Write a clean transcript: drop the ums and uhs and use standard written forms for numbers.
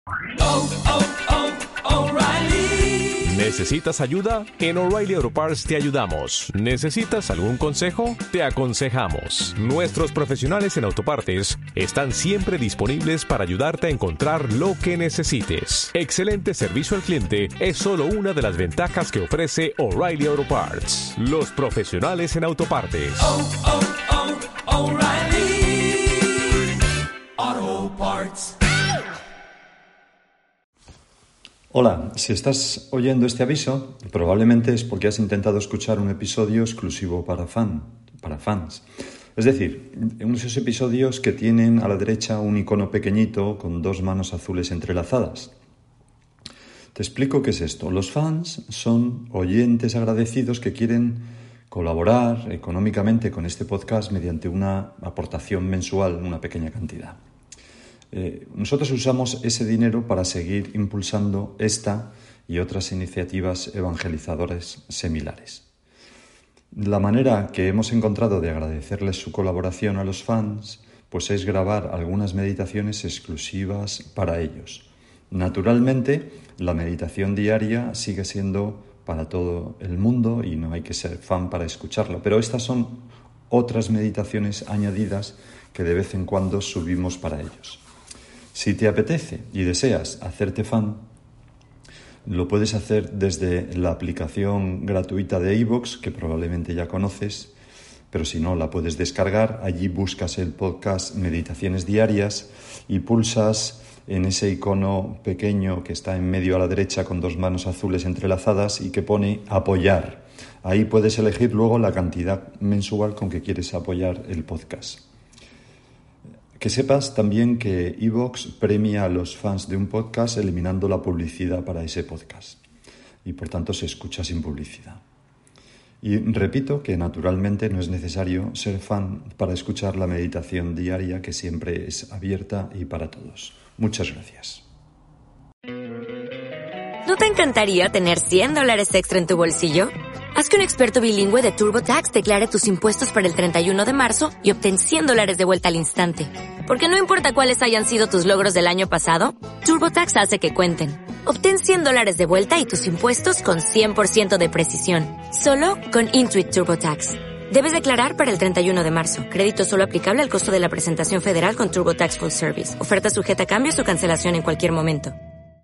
O'Reilly. ¿Necesitas ayuda? En O'Reilly Auto Parts te ayudamos. ¿Necesitas algún consejo? Te aconsejamos. Nuestros profesionales en autopartes están siempre disponibles para ayudarte a encontrar lo que necesites. Excelente servicio al cliente es solo una de las ventajas que ofrece O'Reilly Auto Parts. Los profesionales en autopartes. O'Reilly Auto Parts. Hola, si estás oyendo este aviso, probablemente es porque has intentado escuchar un episodio exclusivo para fans. Es decir, unos episodios que tienen a la derecha un icono pequeñito con dos manos azules entrelazadas. Te explico qué es esto. Los fans son oyentes agradecidos que quieren colaborar económicamente con este podcast mediante una aportación mensual, una pequeña cantidad. Nosotros usamos ese dinero para seguir impulsando esta y otras iniciativas evangelizadoras similares. La manera que hemos encontrado de agradecerles su colaboración a los fans, pues es grabar algunas meditaciones exclusivas para ellos. Naturalmente, la meditación diaria sigue siendo para todo el mundo y no hay que ser fan para escucharla, pero estas son otras meditaciones añadidas que de vez en cuando subimos para ellos. Si te apetece y deseas hacerte fan, lo puedes hacer desde la aplicación gratuita de iVoox, que probablemente ya conoces, pero si no, la puedes descargar. Allí buscas el podcast Meditaciones Diarias y pulsas en ese icono pequeño que está en medio a la derecha con dos manos azules entrelazadas y que pone apoyar. Ahí puedes elegir luego la cantidad mensual con que quieres apoyar el podcast. Que sepas también que iVoox premia a los fans de un podcast eliminando la publicidad para ese podcast y por tanto se escucha sin publicidad. Y repito que naturalmente no es necesario ser fan para escuchar la meditación diaria, que siempre es abierta y para todos. Muchas gracias. ¿No te encantaría tener $100 extra en tu bolsillo? Haz que un experto bilingüe de TurboTax declare tus impuestos para el 31 de marzo y obtén $100 de vuelta al instante. Porque no importa cuáles hayan sido tus logros del año pasado, TurboTax hace que cuenten. Obtén $100 de vuelta y tus impuestos con 100% de precisión. Solo con Intuit TurboTax. Debes declarar para el 31 de marzo. Crédito solo aplicable al costo de la presentación federal con TurboTax Full Service. Oferta sujeta a cambios o cancelación en cualquier momento.